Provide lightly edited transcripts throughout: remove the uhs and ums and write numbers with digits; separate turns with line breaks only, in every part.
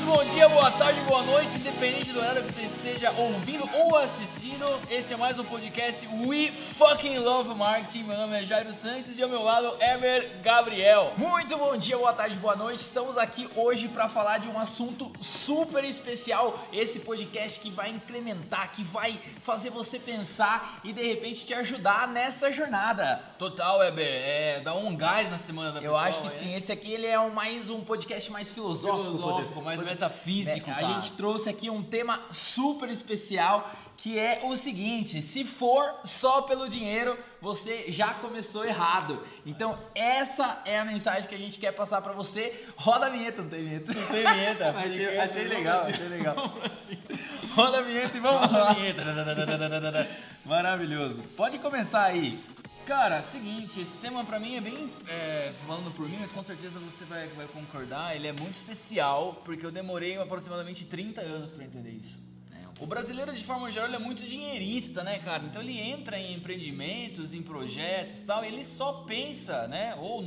bom dia, boa tarde, boa noite, independente do horário que você esteja ouvindo ou assistindo. Esse é mais um podcast We Fucking Love Marketing. Meu nome é Jairo Sanches e ao meu lado, Eber Gabriel.
Muito bom dia, boa tarde, boa noite. Estamos aqui hoje para falar de um assunto super especial. Esse podcast que vai incrementar, que vai fazer você pensar e de repente te ajudar nessa jornada.
Total, Eber, dá um gás na semana da pessoa.
Eu acho que sim, esse aqui ele é mais um podcast mais filosófico,
mais metafísico,
A
cara.
gente trouxe aqui um tema super especial, que é o seguinte: se for só pelo dinheiro, você já começou errado. Então essa é a mensagem que a gente quer passar pra você. Roda a vinheta, não tem vinheta?
Não tem vinheta.
achei legal. Roda a vinheta e vamos lá. Maravilhoso. Pode começar aí.
Cara, seguinte, esse tema pra mim é bem, falando por mim, mas com certeza você vai concordar, ele é muito especial, porque eu demorei aproximadamente 30 anos pra entender isso. O brasileiro, de forma geral, ele é muito dinheirista, né, cara? Então ele entra em empreendimentos, em projetos e tal, e ele só pensa, né, ou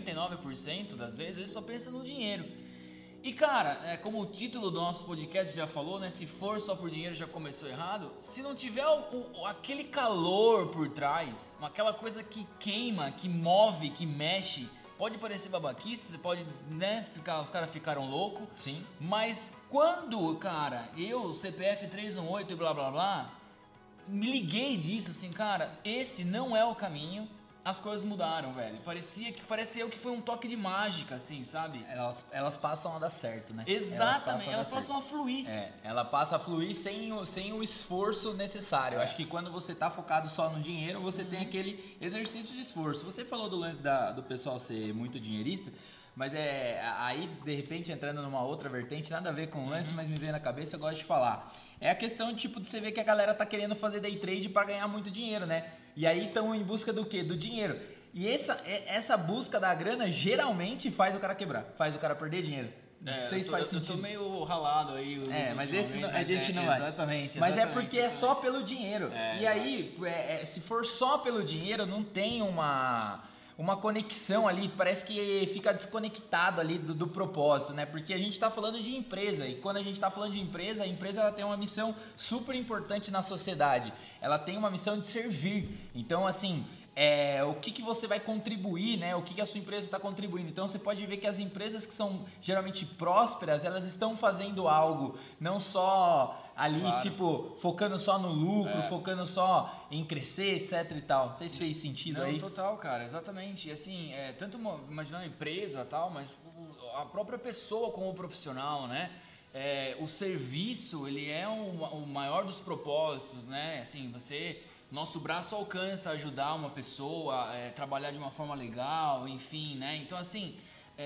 99% das vezes, ele só pensa no dinheiro. E cara, como o título do nosso podcast já falou, né, se for só por dinheiro já começou errado. Se não tiver aquele calor por trás, aquela coisa que queima, que move, que mexe, pode parecer babaquice, você pode, né, os caras ficaram loucos.
Sim.
Mas quando, cara, eu, CPF 318 e blá blá blá, me liguei disso, assim, cara, esse não é o caminho. As coisas mudaram, velho. Parecia que foi um toque de mágica, assim, sabe?
Elas passam a dar certo, né?
Exatamente, elas passam a fluir.
Ela passa a fluir sem o esforço necessário. Eu acho que quando você tá focado só no dinheiro, você tem aquele exercício de esforço. Você falou do lance do pessoal ser muito dinheirista, mas aí, de repente, entrando numa outra vertente, nada a ver com o lance, mas me veio na cabeça, eu gosto de falar. É a questão, tipo, de você ver que a galera tá querendo fazer day trade pra ganhar muito dinheiro, né? E aí estão em busca do quê? Do dinheiro. E essa busca da grana geralmente faz o cara quebrar, faz o cara perder dinheiro. Não sei se faz sentido.
Eu tô meio ralado aí.
Mas esse a gente não vai.
Exatamente.
Mas é porque é só pelo dinheiro. E aí, se for só pelo dinheiro, não tem uma conexão ali, parece que fica desconectado ali do propósito, né? Porque a gente tá falando de empresa, e quando a gente tá falando de empresa, a empresa ela tem uma missão super importante na sociedade. Ela tem uma missão de servir. Então, assim, o que você vai contribuir, né? O que a sua empresa está contribuindo. Então você pode ver que as empresas que são geralmente prósperas, elas estão fazendo algo, não só ali, claro, tipo, focando só no lucro, focando só em crescer, etc e tal. Não sei se fez sentido aí.
Total, cara, exatamente. E assim, tanto imaginar uma empresa e tal, mas a própria pessoa como profissional, né? O serviço, ele é o maior dos propósitos, né? Assim, nosso braço alcança ajudar uma pessoa, trabalhar de uma forma legal, enfim, né? Então, assim,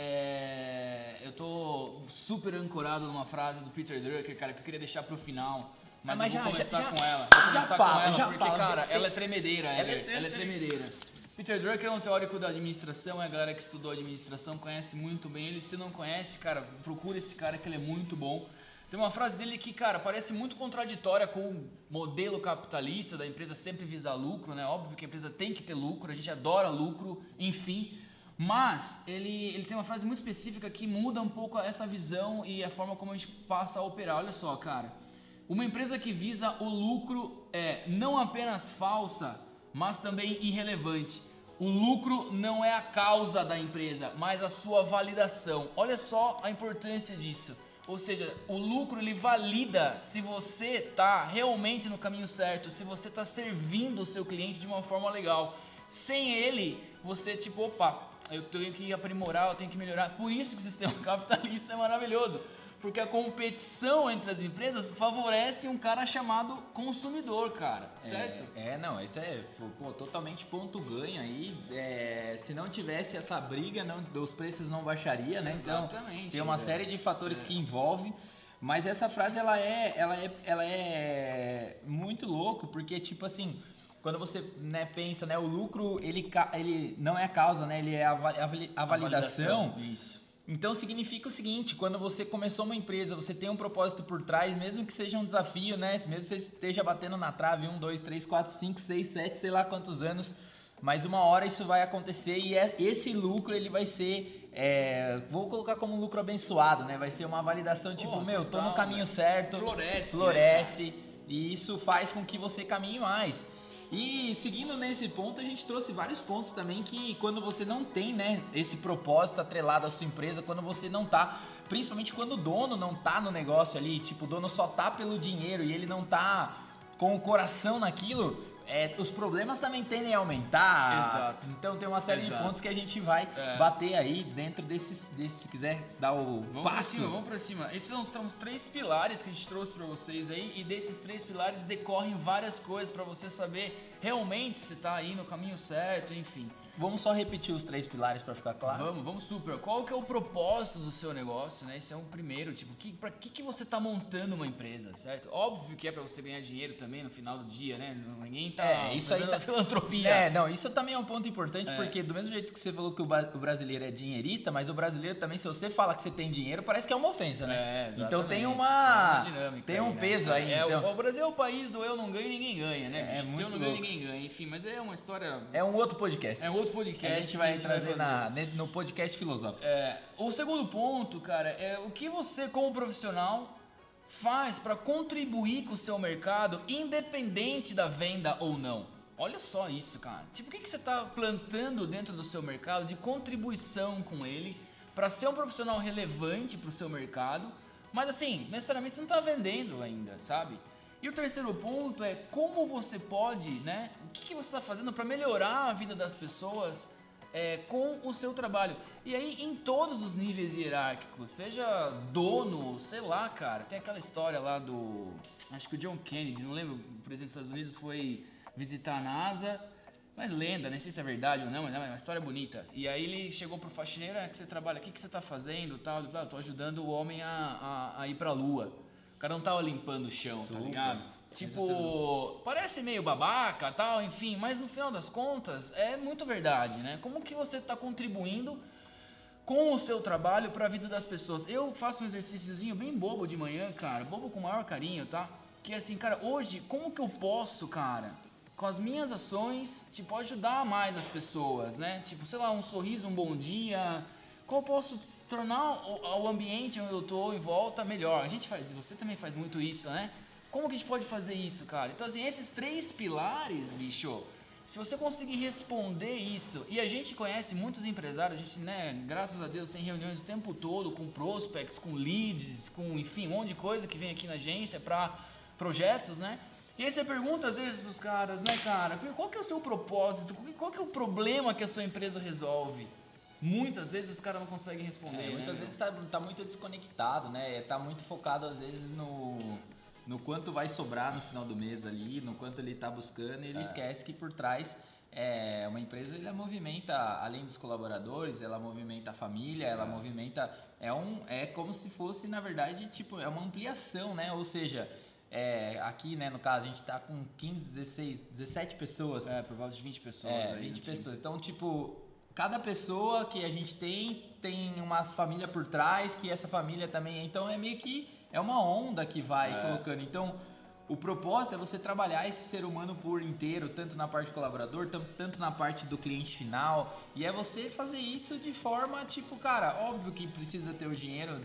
eu tô super ancorado numa frase do Peter Drucker, cara, que eu queria deixar pro final, mas eu vou começar com ela. Vou começar com ela, porque, cara, ela é tremedeira, ela é tremedeira. Peter Drucker é um teórico da administração, a galera que estudou administração conhece muito bem ele. Se não conhece, cara, procura esse cara que ele é muito bom. Tem uma frase dele que, cara, parece muito contraditória com o modelo capitalista da empresa sempre visar lucro, né? Óbvio que a empresa tem que ter lucro, a gente adora lucro, enfim. Mas ele tem uma frase muito específica que muda um pouco essa visão e a forma como a gente passa a operar. Olha só, cara. Uma empresa que visa o lucro é não apenas falsa, mas também irrelevante. O lucro não é a causa da empresa, mas a sua validação. Olha só a importância disso. Ou seja, o lucro ele valida se você está realmente no caminho certo, se você está servindo o seu cliente de uma forma legal. Sem ele, você tipo, opa, eu tenho que aprimorar, eu tenho que melhorar. Por isso que o sistema capitalista é maravilhoso. Porque a competição entre as empresas favorece um cara chamado consumidor, cara, certo?
Não, isso é totalmente ponto ganho aí. Se não tivesse essa briga, os preços não baixariam, né?
Exatamente.
Então, tem uma série de fatores que envolvem. Mas essa frase, ela é muito louco, porque, tipo assim, quando você, né, pensa, né, o lucro, ele não é a causa, né? Ele é a validação.
Isso.
Então significa o seguinte: quando você começou uma empresa, você tem um propósito por trás, mesmo que seja um desafio, né? Mesmo que você esteja batendo na trave 1, 2, 3, 4, 5, 6, 7, sei lá quantos anos, mas uma hora isso vai acontecer e esse lucro ele vai ser vou colocar como um lucro abençoado, né? Vai ser uma validação tipo, tô no caminho certo, floresce, né? E isso faz com que você caminhe mais. E seguindo nesse ponto, a gente trouxe vários pontos também que quando você não tem, né, esse propósito atrelado à sua empresa, quando você não tá, principalmente quando o dono não tá no negócio ali, tipo, o dono só tá pelo dinheiro e ele não tá com o coração naquilo, os problemas também tendem a aumentar.
Exato.
Então tem uma série de pontos que a gente vai bater aí dentro desses, se quiser dar o passo.
Vamos pra cima. Esses são os 3 pilares que a gente trouxe pra vocês aí, e desses 3 pilares decorrem várias coisas pra você saber realmente se tá aí no caminho certo, enfim.
Vamos só repetir os 3 pilares para ficar claro?
Vamos super. Qual que é o propósito do seu negócio, né? Esse é o primeiro, tipo, pra que você tá montando uma empresa, certo? Óbvio que é pra você ganhar dinheiro também no final do dia, né? Ninguém tá
isso aí tá
filantropia.
Não, isso também é um ponto importante, porque do mesmo jeito que você falou que o brasileiro é dinheirista, mas o brasileiro também, se você fala que você tem dinheiro, parece que é uma ofensa, né? Então tem uma dinâmica, tem um peso aí.
Então. O Brasil é o país do eu não ganho, ninguém ganha, né? Se eu não ganho, ninguém ganha. Enfim, mas é uma história...
É um outro podcast.
podcast.
A gente vai trazer no podcast filosófico.
O segundo ponto, cara, é o que você, como profissional, faz para contribuir com o seu mercado, independente da venda ou não. Olha só isso, cara. Tipo, o que você está plantando dentro do seu mercado de contribuição com ele para ser um profissional relevante para o seu mercado, mas assim, necessariamente você não está vendendo ainda, sabe? E o terceiro ponto é como você pode, né? O que você está fazendo para melhorar a vida das pessoas com o seu trabalho. E aí, em todos os níveis hierárquicos, seja dono, sei lá, cara. Tem aquela história lá do... Acho que o John Kennedy, não lembro, o presidente dos Estados Unidos foi visitar a NASA. Mas lenda, nem sei se é verdade ou não, mas é uma história bonita. E aí ele chegou pro faxineiro, que você trabalha aqui, o que você tá fazendo, tal. Eu tô ajudando o homem a ir pra Lua. O cara não tava limpando o chão, tá ligado? Tipo, parece meio babaca, tal, enfim, mas no final das contas é muito verdade, né? Como que você tá contribuindo com o seu trabalho para a vida das pessoas? Eu faço um exercíciozinho bem bobo de manhã, cara, bobo com o maior carinho, tá? Que é assim, cara, hoje, como que eu posso, cara, com as minhas ações, tipo, ajudar mais as pessoas, né? Tipo, sei lá, um sorriso, um bom dia. Como eu posso tornar o ambiente onde eu tô em volta melhor? A gente faz, você também faz muito isso, né? Como que a gente pode fazer isso, cara? Então, assim, esses 3 pilares, bicho, se você conseguir responder isso, e a gente conhece muitos empresários, a gente, né, graças a Deus, tem reuniões o tempo todo com prospects, com leads, com, enfim, um monte de coisa que vem aqui na agência para projetos, né? E aí você pergunta às vezes pros caras, né, cara, qual que é o seu propósito? Qual que é o problema que a sua empresa resolve? Muitas vezes os caras não conseguem responder,
muitas vezes tá muito desconectado, né? Tá muito focado às vezes no quanto vai sobrar no final do mês ali, no quanto ele tá buscando, e ele esquece que por trás uma empresa, ela movimenta, além dos colaboradores, ela movimenta a família, ela movimenta, é como se fosse, na verdade, tipo, é uma ampliação, né? Ou seja, aqui, né, no caso, a gente tá com 15, 16, 17 pessoas.
Por volta de 20 pessoas.
20 pessoas. Então, tipo, cada pessoa que a gente tem uma família por trás, que essa família também... Então, é meio que... É uma onda que vai colocando. Então, o propósito é você trabalhar esse ser humano por inteiro, tanto na parte do colaborador, tanto na parte do cliente final. E é você fazer isso de forma, tipo, cara, óbvio que precisa ter o dinheiro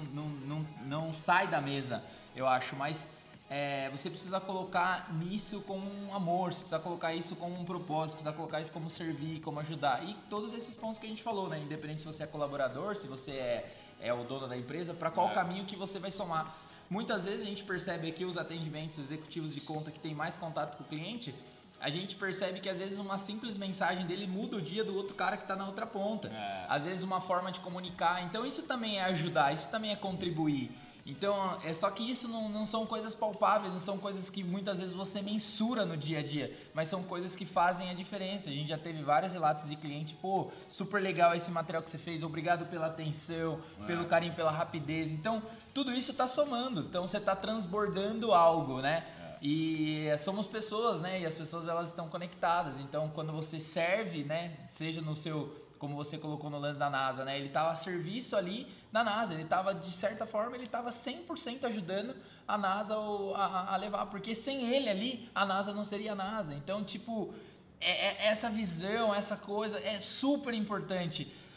não sai da mesa, eu acho, mas você precisa colocar nisso como um amor, você precisa colocar isso como um propósito, precisa colocar isso como servir, como ajudar. E todos esses pontos que a gente falou, né? Independente se você é colaborador, se você é o dono da empresa, para qual caminho que você vai somar. Muitas vezes a gente percebe aqui os atendimentos executivos de conta que tem mais contato com o cliente, a gente percebe que às vezes uma simples mensagem dele muda o dia do outro cara que está na outra ponta. Às vezes uma forma de comunicar. Então isso também é ajudar, isso também é contribuir. Então, só que isso não são coisas palpáveis, não são coisas que muitas vezes você mensura no dia a dia, mas são coisas que fazem a diferença. A gente já teve vários relatos de cliente, pô, super legal esse material que você fez, obrigado pela atenção, pelo carinho, pela rapidez. Então, tudo isso está somando, então você está transbordando algo, né? E somos pessoas, né? E as pessoas, elas estão conectadas. Então, quando você serve, né? Seja no seu... Como você colocou no lance da NASA, né? Ele estava a serviço ali da NASA. Ele estava, de certa forma, ele estava 100% ajudando a NASA a levar. Porque sem ele ali, a NASA não seria a NASA. Então, tipo, essa visão, essa coisa é super importante.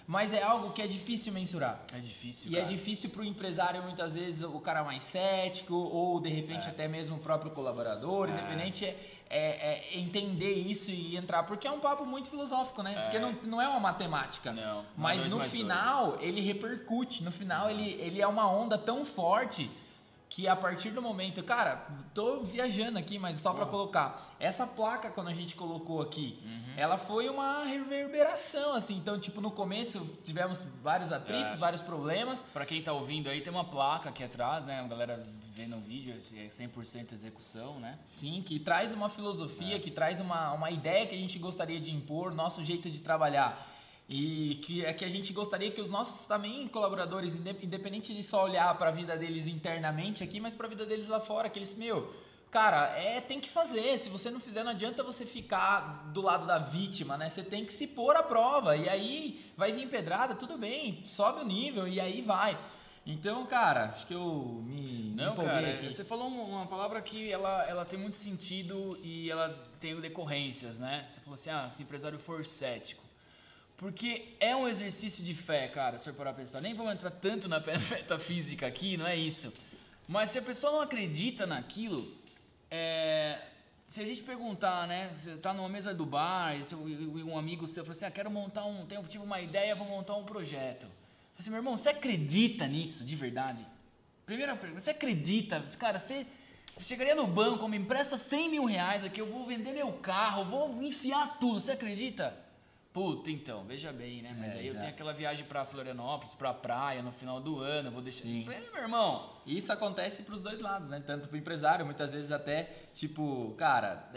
mas é algo que é difícil mensurar.
É difícil,
E é difícil pro empresário, muitas vezes, o cara mais cético, ou de repente até mesmo o próprio colaborador, independente, entender isso e entrar. Porque é um papo muito filosófico, né? Porque não é uma matemática.
Não,
mas no final, ele repercute. No final, ele é uma onda tão forte que a partir do momento... Cara, tô viajando aqui, mas só pra colocar. Essa placa, quando a gente colocou aqui, ela foi uma reverberação, assim. Então, tipo, no começo tivemos vários atritos, vários problemas.
Pra quem tá ouvindo aí, tem uma placa aqui atrás, né? A galera vendo o vídeo, é 100% execução, né?
Sim, que traz uma filosofia, que traz uma ideia que a gente gostaria de impor, nosso jeito de trabalhar. E que a gente gostaria que os nossos também colaboradores, independente de só olhar para a vida deles internamente aqui, mas para a vida deles lá fora, que eles, cara, tem que fazer. Se você não fizer, não adianta você ficar do lado da vítima, né? Você tem que se pôr à prova. E aí vai vir pedrada, tudo bem, sobe o nível e aí vai. Então, cara, acho que eu me empolguei
cara,
aqui.
Você falou uma palavra que ela tem muito sentido e ela tem decorrências, né? Você falou assim, se o empresário for cético. Porque é um exercício de fé, cara, se eu parar pra pensar. Nem vamos entrar tanto na metafísica aqui, não é isso. Mas se a pessoa não acredita naquilo, se a gente perguntar, né? Você tá numa mesa do bar e um amigo seu fala assim, quero montar tive uma ideia, vou montar um projeto. Eu falei assim, meu irmão, você acredita nisso de verdade? Primeira pergunta, você acredita? Cara, você chegaria no banco, me empresta 100 mil reais aqui, eu vou vender meu carro, vou enfiar tudo, você acredita? Puta, então, veja bem, né? Mas aí eu tenho aquela viagem pra Florianópolis, pra praia no final do ano, eu vou deixar... Sim. Meu irmão...
Isso acontece pros dois lados, né? Tanto pro empresário, muitas vezes até, tipo, cara,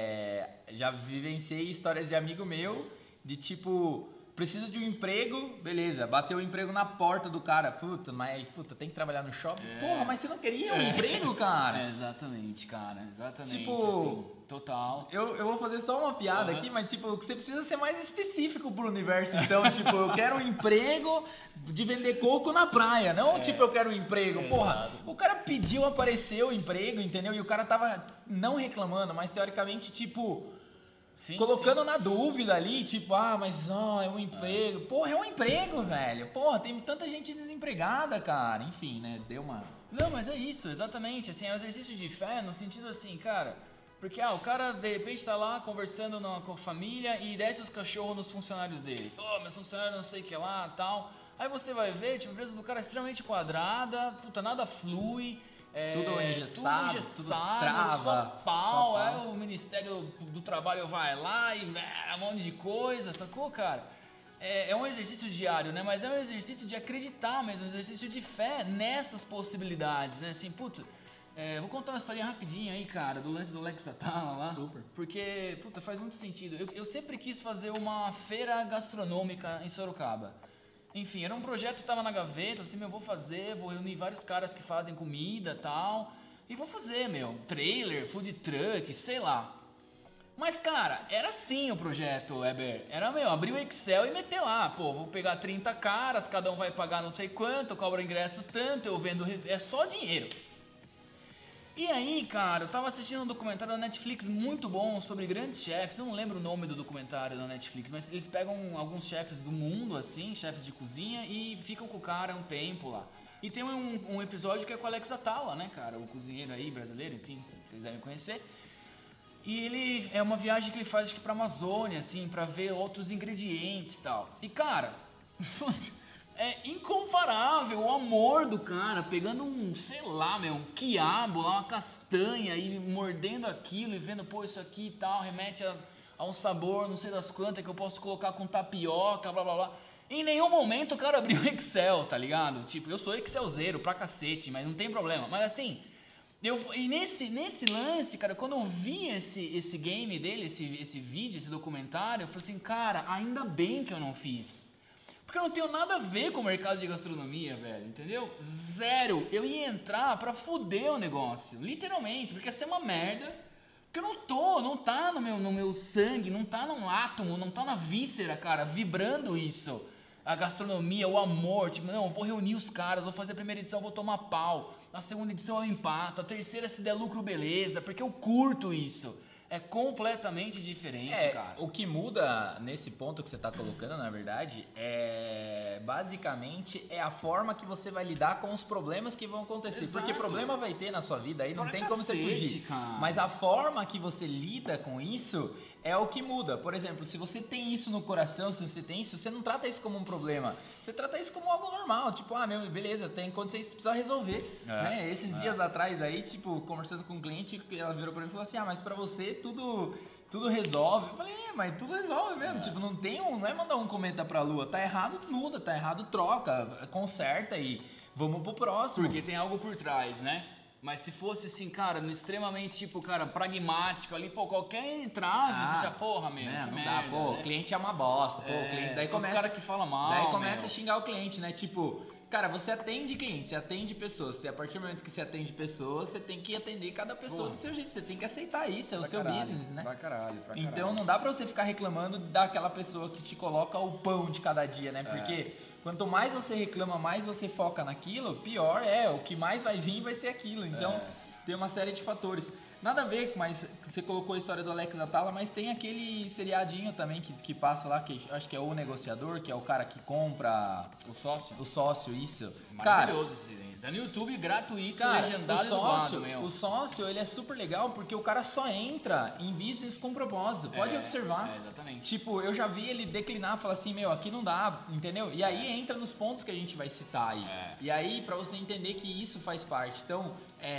já vivenciei histórias de amigo meu, de tipo, preciso de um emprego, beleza, bateu o emprego na porta do cara, puta, tem que trabalhar no shopping? Porra, mas você não queria um emprego, cara?
Exatamente, cara, exatamente,
tipo,
assim, total.
Eu vou fazer só uma piada aqui, mas tipo, você precisa ser mais específico pro universo, então, tipo, eu quero um emprego de vender coco na praia, não tipo, eu quero um emprego, porra, o cara pediu, apareceu o emprego, entendeu? E o cara tava não reclamando, mas teoricamente, tipo... Sim, colocando na dúvida ali, tipo, mas é um emprego. Porra, é um emprego, velho. Porra, tem tanta gente desempregada, cara. Enfim, né? Deu uma...
Não, mas é isso, exatamente. Assim, é um exercício de fé no sentido assim, cara... Porque, o cara, de repente, tá lá conversando com a família e desce os cachorros nos funcionários dele. Meus funcionários não sei o que lá, tal. Aí você vai ver, tipo, a empresa do cara é extremamente quadrada, puta, nada flui...
tudo engessado, tudo trava,
só pau. O Ministério do Trabalho vai lá e um monte de coisa, sacou, cara? É um exercício diário, né? Mas é um exercício de acreditar mesmo, um exercício de fé nessas possibilidades, né? Assim, puta, vou contar uma historinha rapidinho aí, cara, do lance do Alex Atala lá.
Super.
Porque, puta, faz muito sentido. Eu sempre quis fazer uma feira gastronômica em Sorocaba. Enfim, era um projeto que estava na gaveta, assim, vou reunir vários caras que fazem comida e tal, e vou fazer, trailer, food truck, sei lá. Mas, cara, era assim o projeto, Weber. Era, abrir o Excel e meter lá, vou pegar 30 caras, cada um vai pagar não sei quanto, cobra ingresso tanto, eu vendo, é só dinheiro. E aí, cara, eu tava assistindo um documentário da Netflix muito bom sobre grandes chefes. Eu não lembro o nome do documentário da Netflix, mas eles pegam alguns chefes do mundo, assim, chefes de cozinha, e ficam com o cara um tempo lá. E tem um episódio que é com o Alex Atala, né, cara? O cozinheiro aí, brasileiro, enfim, vocês devem conhecer. E ele é uma viagem que ele faz, acho que pra Amazônia, assim, pra ver outros ingredientes e tal. E, cara... É incomparável o amor do cara, pegando um quiabo, uma castanha e mordendo aquilo e vendo, isso aqui e tal, remete a um sabor, não sei das quantas, que eu posso colocar com tapioca, blá blá blá. Em nenhum momento o cara abriu o Excel, tá ligado? Tipo, eu sou Excelzeiro pra cacete, mas não tem problema. Mas assim, e nesse lance, cara, quando eu vi esse game dele, esse vídeo, esse documentário, eu falei assim, cara, ainda bem que eu não fiz. Porque eu não tenho nada a ver com o mercado de gastronomia, velho, entendeu? Zero. Eu ia entrar pra foder o negócio, literalmente, porque ia ser uma merda. Porque eu não tá no meu sangue, não tá no átomo, não tá na víscera, cara, vibrando isso. A gastronomia, o amor, tipo, não, eu vou reunir os caras, vou fazer a primeira edição, vou tomar pau. Na segunda edição eu empato, a terceira se der lucro, beleza, porque eu curto isso. é completamente diferente, cara.
O que muda nesse ponto que você tá colocando, na verdade, basicamente a forma que você vai lidar com os problemas que vão acontecer.
Exato.
Porque problema vai ter na sua vida aí, não tem como você fugir.
Cara.
Mas a forma que você lida com isso é o que muda. Por exemplo, se você tem isso no coração, se você tem isso, você não trata isso como um problema. Você trata isso como algo normal. Tipo, beleza, tem quando você precisa resolver. Né? Esses dias atrás aí, tipo, conversando com um cliente, ela virou pra mim e falou assim, mas pra você tudo resolve. Eu falei, mas tudo resolve mesmo. Tipo, não é mandar um cometa pra lua. Tá errado, muda. Tá errado, troca. Conserta e vamos pro próximo.
Porque tem algo por trás, né? Mas se fosse assim, cara, extremamente, tipo, cara, pragmático ali, pô, qualquer entrave, você já, porra, meu, que
não
merda,
dá, pô,
né?
O cliente é uma bosta, pô, o cliente, daí começa...
Os caras que falam mal,
daí começa a xingar o cliente, né, tipo... Cara, você atende cliente, você atende pessoas. A partir do momento que você atende pessoas, você tem que atender cada pessoa do seu jeito. Você tem que aceitar isso, é o seu business, né?
Pra caralho.
Então não dá pra você ficar reclamando daquela pessoa que te coloca o pão de cada dia, né? Porque quanto mais você reclama, mais você foca naquilo, pior o que mais vai vir vai ser aquilo. Então tem uma série de fatores. Nada a ver, mas você colocou a história do Alex Atala, mas tem aquele seriadinho também que passa lá, que acho que é o negociador, que é o cara que compra...
O sócio?
O sócio, isso.
Maravilhoso esse daí. Tá no YouTube gratuito,
cara,
legendário
o sócio, ele é super legal porque o cara só entra em business com propósito. Pode observar.
Exatamente.
Tipo, eu já vi ele declinar, falar assim, aqui não dá, entendeu? E aí entra nos pontos que a gente vai citar aí. E aí, pra você entender que isso faz parte. Então,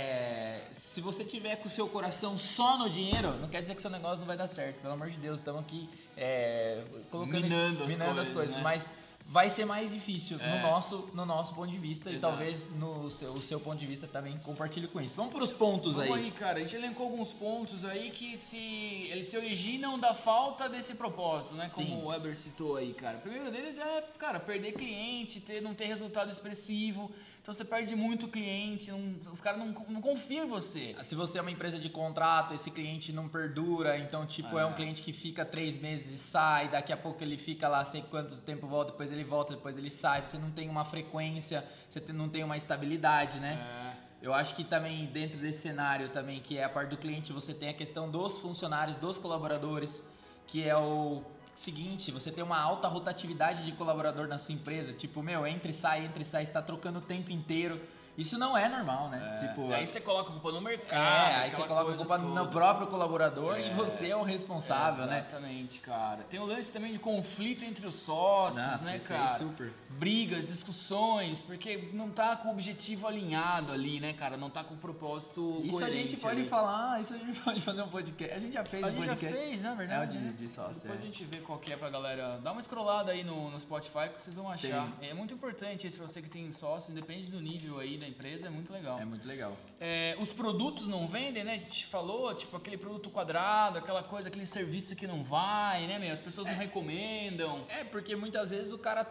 se você tiver com o seu coração só no dinheiro, não quer dizer que seu negócio não vai dar certo. Pelo amor de Deus, estamos aqui colocando
minando
as coisas.
né?
Mas vai ser mais difícil no nosso ponto de vista. Exato. E talvez no seu ponto de vista também compartilhe com isso. Vamos para os pontos aí.
Vamos aí, cara. A gente elencou alguns pontos aí que eles se originam da falta desse propósito, né?
Sim.
Como o Weber citou aí, cara. O primeiro deles é, cara, perder cliente, não ter resultado expressivo. Então você perde muito cliente, os caras não confiam em você.
Se você é uma empresa de contrato, esse cliente não perdura, então tipo é um cliente que fica 3 meses e sai, daqui a pouco ele fica lá sei quanto tempo volta, depois ele volta, depois ele sai, você não tem uma frequência, você não tem uma estabilidade, né? Eu acho que também dentro desse cenário também, que é a parte do cliente, você tem a questão dos funcionários, dos colaboradores, que é o seguinte, você tem uma alta rotatividade de colaborador na sua empresa, tipo, entra e sai, você está trocando o tempo inteiro. Isso não é normal, né? Tipo,
aí você coloca a culpa no mercado.
Aí você coloca a culpa no próprio colaborador e você é o responsável, né?
Exatamente, cara. Tem o lance também de conflito entre os sócios, né, cara?
Super.
Brigas, discussões, porque não tá com o objetivo alinhado ali, né, cara? Não tá com o propósito
Isso a gente pode
ali.
falar, isso a gente pode fazer um podcast. A gente já fez um podcast.
A gente já fez, na verdade.
De sócio.
Depois a gente vê qual que é pra galera. Dá uma scrollada aí no Spotify que vocês vão achar. É muito importante isso pra você que tem sócio, independente do nível aí da empresa, é muito legal.
É muito legal.
Os produtos não vendem, né? A gente falou, tipo, aquele produto quadrado, aquela coisa, aquele serviço que não vai, né, meu? As pessoas não recomendam.
Porque muitas vezes o cara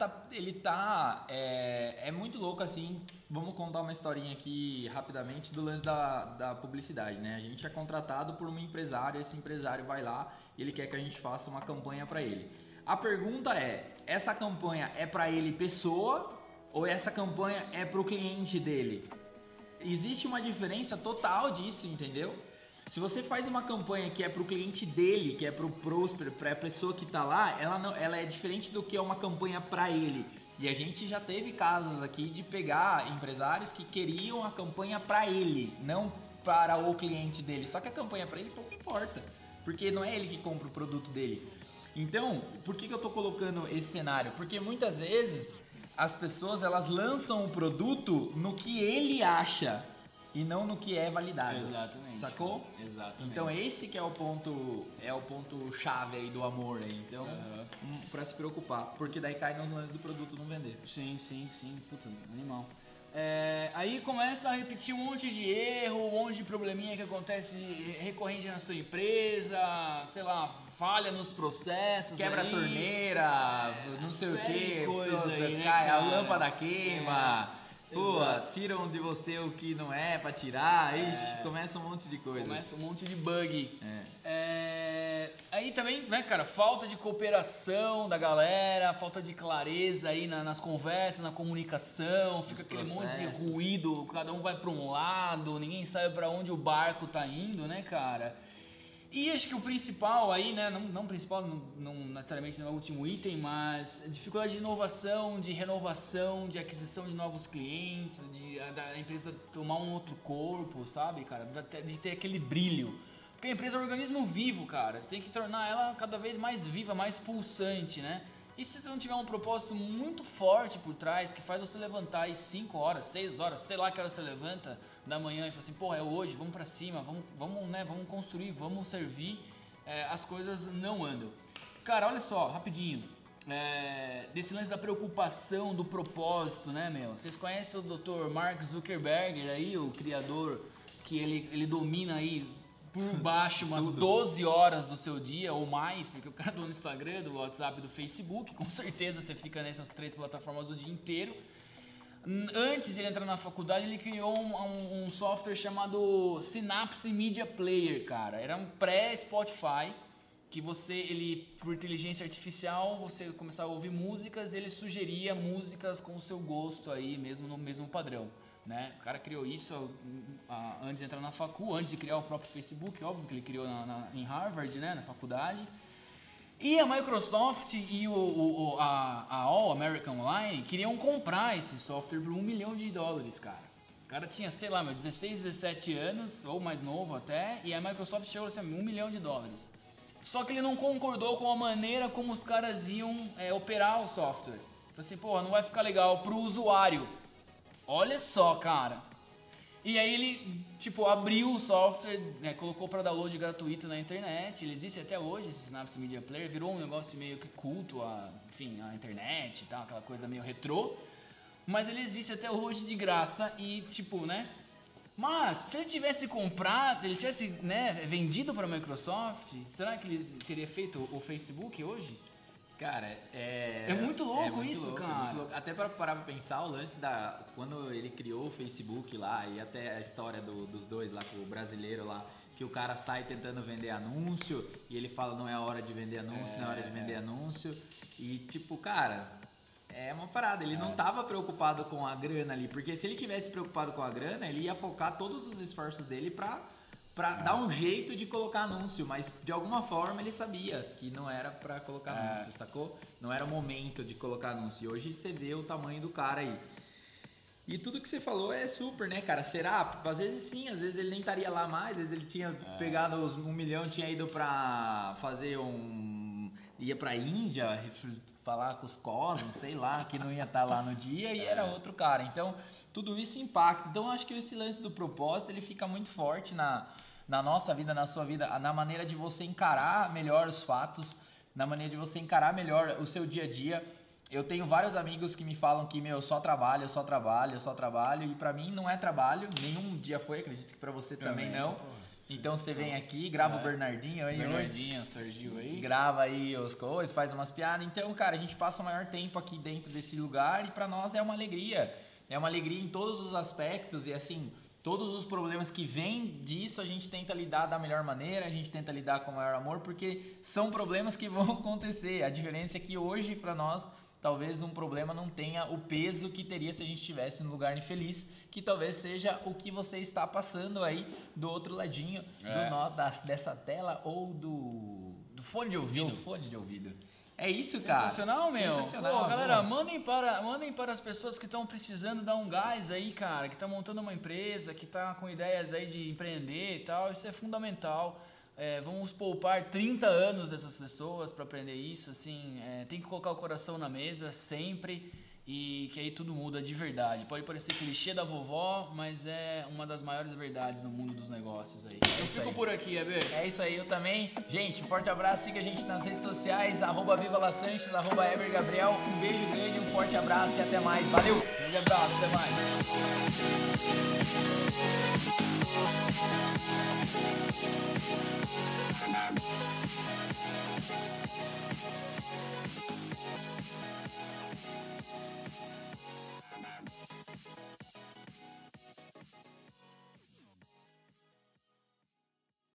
é muito louco assim. Vamos contar uma historinha aqui rapidamente do lance da publicidade, né? A gente é contratado por um empresário, esse empresário vai lá e ele quer que a gente faça uma campanha para ele. A pergunta essa campanha é para ele pessoa ou essa campanha é para o cliente dele? Existe uma diferença total disso, entendeu? Se você faz uma campanha que é para o cliente dele, que é para o próspero, para a pessoa que está lá, ela é diferente do que é uma campanha para ele. E a gente já teve casos aqui de pegar empresários que queriam a campanha para ele, não para o cliente dele. Só que a campanha para ele pouco importa, porque não é ele que compra o produto dele. Então, por que eu estou colocando esse cenário? Porque muitas vezes as pessoas elas lançam o produto no que ele acha e não no que é validado.
Exatamente.
Sacou?
Cara. Exatamente.
Então esse que é o ponto chave aí do amor aí. Então, pra se preocupar, porque daí cai no lance do produto não vender.
Sim. Puta, animal. Aí começa a repetir um monte de erro, um monte de probleminha que acontece recorrente na sua empresa, sei lá, falha nos processos,
quebra a torneira, não sei o que,
cai,
a lâmpada queima. Pô, tiram de você o que não é pra tirar, começa um monte de coisa.
Começa um monte de bug. Aí também, né, cara, falta de cooperação da galera, falta de clareza aí nas conversas, na comunicação, fica aquele monte de ruído, cada um vai pra um lado, ninguém sabe pra onde o barco tá indo, né, cara? E acho que o principal aí, né, não principal, não necessariamente no último item, mas dificuldade de inovação, de renovação, de aquisição de novos clientes, da empresa tomar um outro corpo, sabe, cara? De ter aquele brilho. Porque a empresa é um organismo vivo, cara. Você tem que tornar ela cada vez mais viva, mais pulsante, né? E se você não tiver um propósito muito forte por trás, que faz você levantar aí 5 horas, 6 horas, sei lá que hora você levanta da manhã e fala assim, porra, é hoje, vamos pra cima, vamos construir, vamos servir, as coisas não andam. Cara, olha só, rapidinho, desse lance da preocupação, do propósito, né, meu? Vocês conhecem o Dr. Mark Zuckerberg aí, o criador, que ele domina aí por baixo umas 12 horas do seu dia ou mais, porque o cara do Instagram, do WhatsApp, do Facebook, com certeza você fica nessas 3 plataformas o dia inteiro. Antes de ele entrar na faculdade, ele criou um software chamado Synapse Media Player, cara. Era um pré-Spotify, que ele, por inteligência artificial, você começava a ouvir músicas, ele sugeria músicas com o seu gosto aí, mesmo no mesmo padrão. Né? O cara criou isso antes de entrar na facu, antes de criar o próprio Facebook, óbvio que ele criou em Harvard, né? Na faculdade. E a Microsoft e a All American Online queriam comprar esse software por $1 milhão, cara. O cara tinha, sei lá, 16, 17 anos, ou mais novo até, e a Microsoft chegou assim, $1 milhão. Só que ele não concordou com a maneira como os caras iam operar o software. Falei assim, porra, não vai ficar legal pro usuário. Olha só, cara. E aí ele, abriu o software, né, colocou para download gratuito na internet. Ele existe até hoje, esse Synapse Media Player. Virou um negócio meio que culto à internet e tal, aquela coisa meio retrô. Mas ele existe até hoje de graça e, né? Mas, se ele tivesse comprado, ele tivesse, né, vendido para a Microsoft, será que ele teria feito o Facebook hoje?
Cara,
é muito louco isso, louco, cara. Muito louco.
Até para parar pra pensar, o lance quando ele criou o Facebook lá, e até a história dos dois lá, com o brasileiro lá, que o cara sai tentando vender anúncio, e ele fala, não é a hora de vender anúncio, não é hora de vender anúncio. E cara, é uma parada, ele não tava preocupado com a grana ali, porque se ele tivesse preocupado com a grana, ele ia focar todos os esforços dele pra dar um jeito de colocar anúncio, mas de alguma forma ele sabia que não era pra colocar anúncio, sacou? Não era o momento de colocar anúncio. E hoje você vê o tamanho do cara aí. E tudo que você falou é super, né, cara? Será? Às vezes sim, às vezes ele nem estaria lá mais, às vezes ele tinha pegado os 1 milhão, tinha ido pra fazer ia pra Índia, falar com os cosmos, sei lá, que não ia estar lá no dia, e era outro cara. Então, tudo isso impacta. Então, eu acho que esse lance do propósito, ele fica muito forte na nossa vida, na sua vida, na maneira de você encarar melhor os fatos, na maneira de você encarar melhor o seu dia a dia. Eu tenho vários amigos que me falam que, eu só trabalho, e pra mim não é trabalho, nenhum dia foi, acredito que pra você também não. Então você vem aqui, grava o Bernardinho aí.
Bernardinho, o Sergio aí.
Grava aí as coisas, faz umas piadas. Então, cara, a gente passa o maior tempo aqui dentro desse lugar e pra nós é uma alegria. É uma alegria em todos os aspectos e assim, todos os problemas que vêm disso a gente tenta lidar da melhor maneira, a gente tenta lidar com o maior amor, porque são problemas que vão acontecer. A diferença é que hoje pra nós, talvez um problema não tenha o peso que teria se a gente estivesse num lugar infeliz, que talvez seja o que você está passando aí do outro ladinho dessa tela ou do
fone de ouvido.
Do fone de ouvido. É isso, cara.
Sensacional, meu.
Sensacional.
Pô, galera, mandem para as pessoas que estão precisando dar um gás aí, cara, que estão montando uma empresa, que tá com ideias aí de empreender e tal. Isso é fundamental. Vamos poupar 30 anos dessas pessoas para aprender isso, assim, tem que colocar o coração na mesa sempre e que aí tudo muda de verdade. Pode parecer clichê da vovó, mas é uma das maiores verdades no mundo dos negócios aí. Eu fico por aqui, Eber.
É isso aí, eu também. Gente, um forte abraço, siga a gente nas redes sociais, @VivaLaSanches, @EberGabriel. Um beijo grande, um forte abraço e até mais. Valeu!
Grande abraço, até mais.